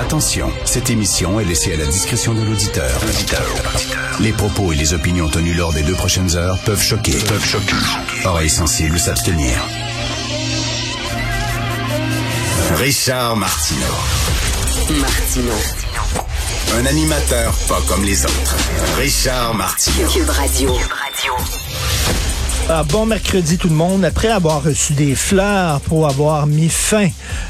Attention, cette émission est laissée à la discrétion de l'auditeur. Les propos et les opinions tenues lors des 2 prochaines heures peuvent choquer. Oreilles sensibles s'abstenir. Richard Martineau. Un animateur pas comme les autres. Richard Martineau. Cube Radio. Bon mercredi tout le monde. Après avoir reçu des fleurs pour avoir mis fin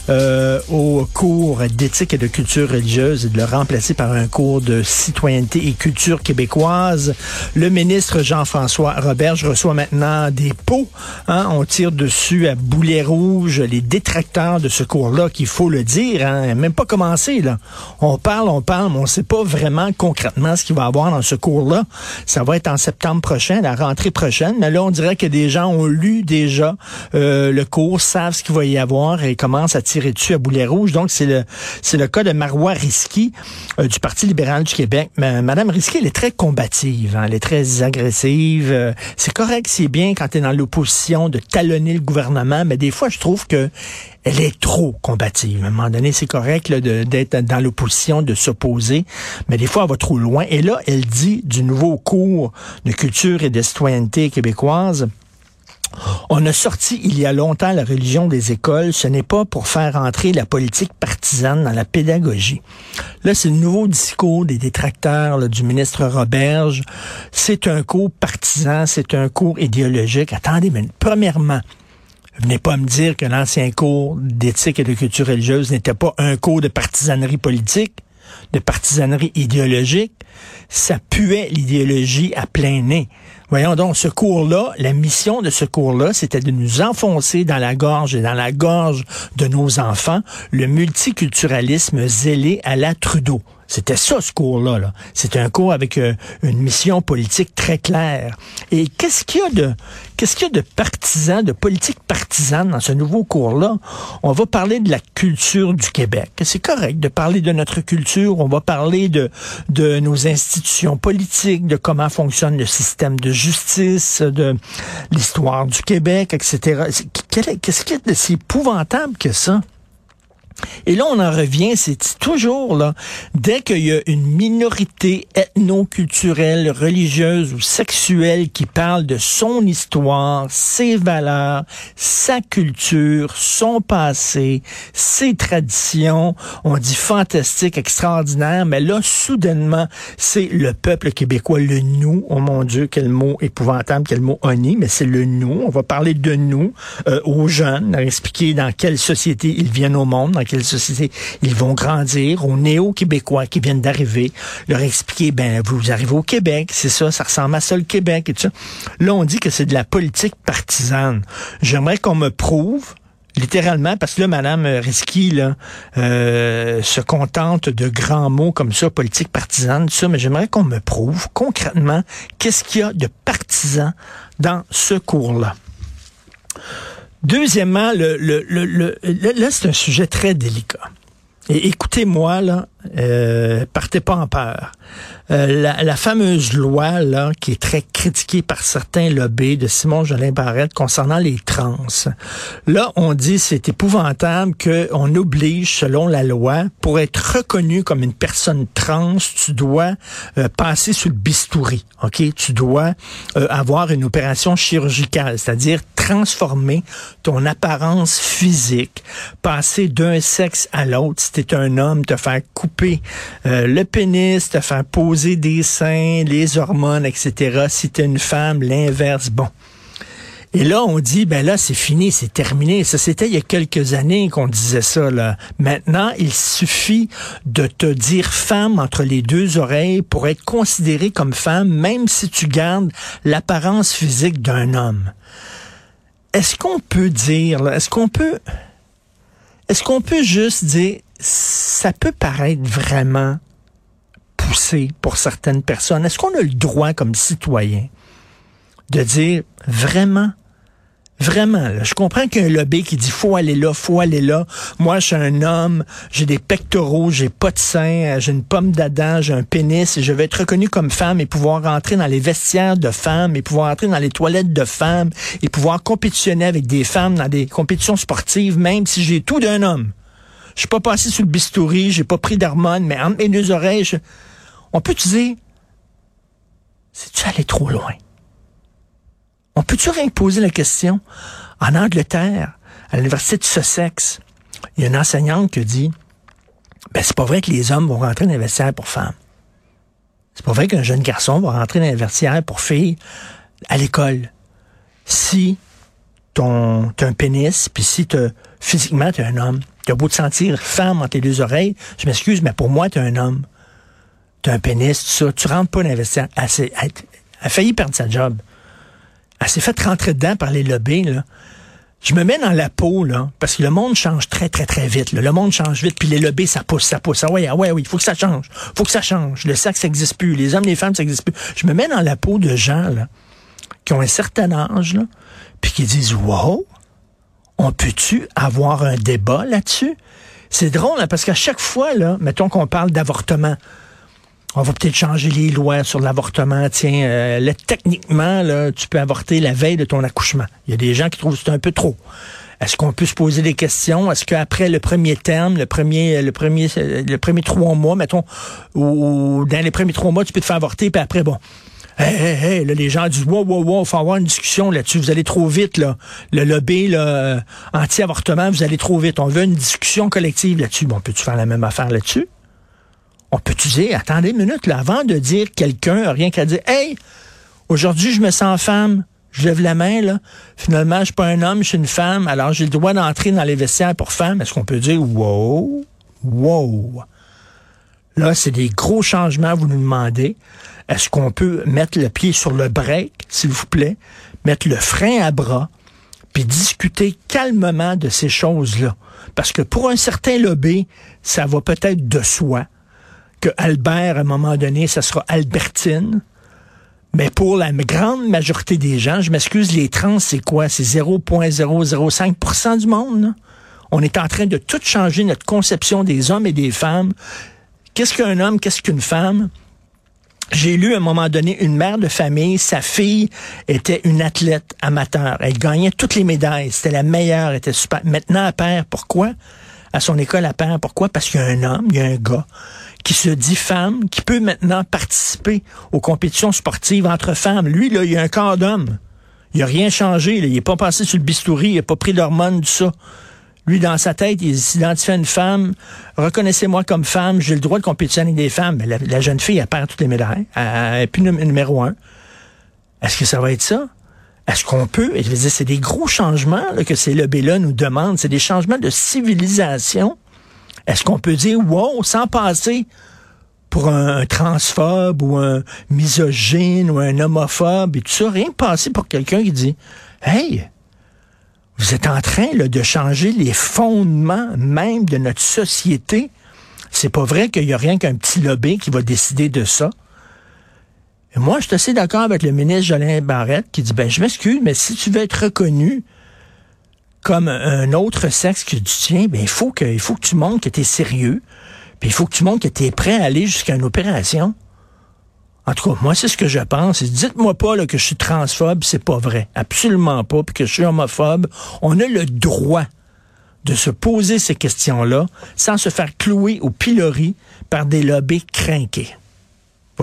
au cours d'éthique et de culture religieuse et de le remplacer par un cours de citoyenneté et culture québécoise, le ministre Jean-François Roberge reçoit maintenant des pots. On tire dessus à boulet rouge les détracteurs de ce cours-là, qu'il faut le dire, même pas commencé, là. On parle, mais on sait pas vraiment concrètement ce qu'il va y avoir dans ce cours-là. Ça va être en septembre prochain, la rentrée prochaine, mais là, on dirait que des gens ont lu déjà le cours, savent ce qu'il va y avoir et commencent à tirer dessus à boulet rouge. Donc, c'est le cas de Marois Risky du Parti libéral du Québec. Madame Risky, elle est très combative, elle est très agressive. C'est correct, c'est bien quand tu es dans l'opposition de talonner le gouvernement, mais des fois, je trouve que elle est trop combative. À un moment donné, c'est correct là, d'être dans l'opposition, de s'opposer, mais des fois, elle va trop loin. Et là, elle dit du nouveau cours de culture et de citoyenneté québécoise: on a sorti il y a longtemps la religion des écoles. Ce n'est pas pour faire entrer la politique partisane dans la pédagogie. Là, c'est le nouveau discours des détracteurs là, du ministre Roberge. C'est un cours partisan, c'est un cours idéologique. Attendez, mais premièrement, venez pas me dire que l'ancien cours d'éthique et de culture religieuse n'était pas un cours de partisanerie politique, de partisanerie idéologique. Ça puait l'idéologie à plein nez. Voyons donc, ce cours-là, la mission de ce cours-là, c'était de nous enfoncer dans la gorge et dans la gorge de nos enfants le multiculturalisme zélé à la Trudeau. C'était ça, ce cours-là. Là. C'était un cours avec une mission politique très claire. Et qu'est-ce qu'il y a de partisan, de politique partisane dans ce nouveau cours-là? On va parler de la culture du Québec. C'est correct de parler de notre culture. On va parler de nos institutions politiques, de comment fonctionne le système de justice, de l'histoire du Québec, etc. Qu'est-ce qu'il y a de si épouvantable que ça? Et là, on en revient, c'est toujours, là, dès qu'il y a une minorité ethno-culturelle, religieuse ou sexuelle qui parle de son histoire, ses valeurs, sa culture, son passé, ses traditions, on dit fantastique, extraordinaire, mais là, soudainement, c'est le peuple québécois, le nous. Oh mon Dieu, quel mot épouvantable, quel mot honni, mais c'est le nous. On va parler de nous aux jeunes, expliquer dans quelle société ils viennent au monde, dans quelle société ils vont grandir, aux néo-québécois qui viennent d'arriver, leur expliquer, vous arrivez au Québec, c'est ça, ça ressemble à ça le Québec et tout ça. Là, on dit que c'est de la politique partisane. J'aimerais qu'on me prouve, littéralement, parce que là, Mme Risky, là, se contente de grands mots comme ça, politique partisane, tout ça, mais j'aimerais qu'on me prouve concrètement qu'est-ce qu'il y a de partisan dans ce cours-là. Deuxièmement, là, c'est un sujet très délicat. Et écoutez-moi, là, partez pas en peur. La fameuse loi, là, qui est très critiquée par certains lobbies de Simon Jolin Barrette concernant les trans. Là, on dit c'est épouvantable qu'on oblige, selon la loi, pour être reconnu comme une personne trans, tu dois passer sous le bistouri, ok? Tu dois avoir une opération chirurgicale, c'est-à-dire transformer ton apparence physique, passer d'un sexe à l'autre. Si t'es un homme, te faire couper le pénis, te faire poser des seins, les hormones, etc. Si t'es une femme, l'inverse. Bon. Et là, on dit, là, c'est fini, c'est terminé. Ça, c'était il y a quelques années qu'on disait ça, là. Maintenant, il suffit de te dire femme entre les deux oreilles pour être considéré comme femme, même si tu gardes l'apparence physique d'un homme. Est-ce qu'on peut dire, là, est-ce qu'on peut juste dire, ça peut paraître vraiment poussé pour certaines personnes. Est-ce qu'on a le droit, comme citoyen, de dire vraiment, là, je comprends qu'il y a un lobby qui dit faut aller là. Moi, je suis un homme, j'ai des pectoraux, j'ai pas de seins, j'ai une pomme d'Adam, j'ai un pénis, et je vais être reconnu comme femme et pouvoir rentrer dans les vestiaires de femmes et pouvoir entrer dans les toilettes de femmes et pouvoir compétitionner avec des femmes dans des compétitions sportives, même si j'ai tout d'un homme. Je suis pas passé sur le bistouri, j'ai pas pris d'hormones, mais entre mes deux oreilles, on peut te dire, c'est-tu allé trop loin? On peut-tu rien poser la question? En Angleterre, à l'université de Sussex, il y a une enseignante qui dit, c'est pas vrai que les hommes vont rentrer dans les vestiaires pour femmes. C'est pas vrai qu'un jeune garçon va rentrer dans les vestiaires pour filles à l'école. Si t'as un pénis, puis si physiquement t'es un homme, t'as beau te sentir femme entre tes deux oreilles, je m'excuse, mais pour moi, t'es un homme. T'as un pénis, tout ça, tu rentres pas dans les vestiaires. Elle a failli perdre sa job. Elle s'est fait rentrer dedans par les lobbies, là. Je me mets dans la peau, là, parce que le monde change très, très, très vite, là. Le monde change vite, puis les lobbies, ça pousse. Ah ouais, il faut que ça change. Faut que ça change. Le sexe, ça n'existe plus. Les hommes, les femmes, ça n'existe plus. Je me mets dans la peau de gens, là, qui ont un certain âge, là, puis qui disent, wow, on peut-tu avoir un débat là-dessus? C'est drôle, là, parce qu'à chaque fois, là, mettons qu'on parle d'avortement, on va peut-être changer les lois sur l'avortement. Tiens, là, techniquement, là, tu peux avorter la veille de ton accouchement. Il y a des gens qui trouvent que c'est un peu trop. Est-ce qu'on peut se poser des questions? Est-ce qu'après le premier terme, le premier 3 mois, mettons, ou dans les premiers 3 mois, tu peux te faire avorter, puis après, bon, là, les gens disent, wow, faut avoir une discussion là-dessus, vous allez trop vite, là. Le lobby, là, anti-avortement, vous allez trop vite. On veut une discussion collective là-dessus. Bon, peux-tu faire la même affaire là-dessus? On peut-tu dire, attendez une minute, là, avant de dire quelqu'un, rien qu'à dire, hey, aujourd'hui, je me sens femme, je lève la main, là, finalement, je suis pas un homme, je suis une femme, alors j'ai le droit d'entrer dans les vestiaires pour femmes. Est-ce qu'on peut dire, wow, là, c'est des gros changements, vous nous demandez. Est-ce qu'on peut mettre le pied sur le break, s'il vous plaît, mettre le frein à bras, puis discuter calmement de ces choses-là? Parce que pour un certain lobby, ça va peut-être de soi que Albert, à un moment donné, ça sera Albertine. Mais pour la grande majorité des gens, je m'excuse, les trans, c'est quoi? C'est 0,005% du monde, là. On est en train de tout changer notre conception des hommes et des femmes. Qu'est-ce qu'un homme? Qu'est-ce qu'une femme? J'ai lu à un moment donné une mère de famille, sa fille était une athlète amateur. Elle gagnait toutes les médailles. C'était la meilleure, elle était super. Maintenant, elle perd. Pourquoi? À son école, elle perd. Pourquoi? Parce qu'il y a un homme, il y a un gars qui se dit femme, qui peut maintenant participer aux compétitions sportives entre femmes. Lui, là, il a un corps d'homme. Il a rien changé, là. Il est pas passé sur le bistouri, il a pas pris d'hormones, tout ça. Lui, dans sa tête, il s'identifie à une femme. Reconnaissez-moi comme femme, j'ai le droit de compétitionner avec des femmes. Mais la jeune fille, elle perd toutes les médailles. Elle est plus numéro 1. Est-ce que ça va être ça? Est-ce qu'on peut? Et je veux dire, c'est des gros changements là, que ces lobbies-là nous demandent. C'est des changements de civilisation. Est-ce qu'on peut dire, wow, sans passer pour un transphobe ou un misogyne ou un homophobe et tout ça, rien passer pour quelqu'un qui dit, hey, vous êtes en train là, de changer les fondements même de notre société. C'est pas vrai qu'il y a rien qu'un petit lobby qui va décider de ça. Et moi, je suis assez d'accord avec le ministre Jolin Barrette qui dit, je m'excuse, mais si tu veux être reconnu comme un autre sexe que tu tiens, il faut que tu montres que tu es sérieux, puis il faut que tu montres que tu es prêt à aller jusqu'à une opération. En tout cas, moi, c'est ce que je pense. Dites-moi pas là, que je suis transphobe, c'est pas vrai. Absolument pas, puis que je suis homophobe. On a le droit de se poser ces questions-là sans se faire clouer au pilori par des lobbies crinqués.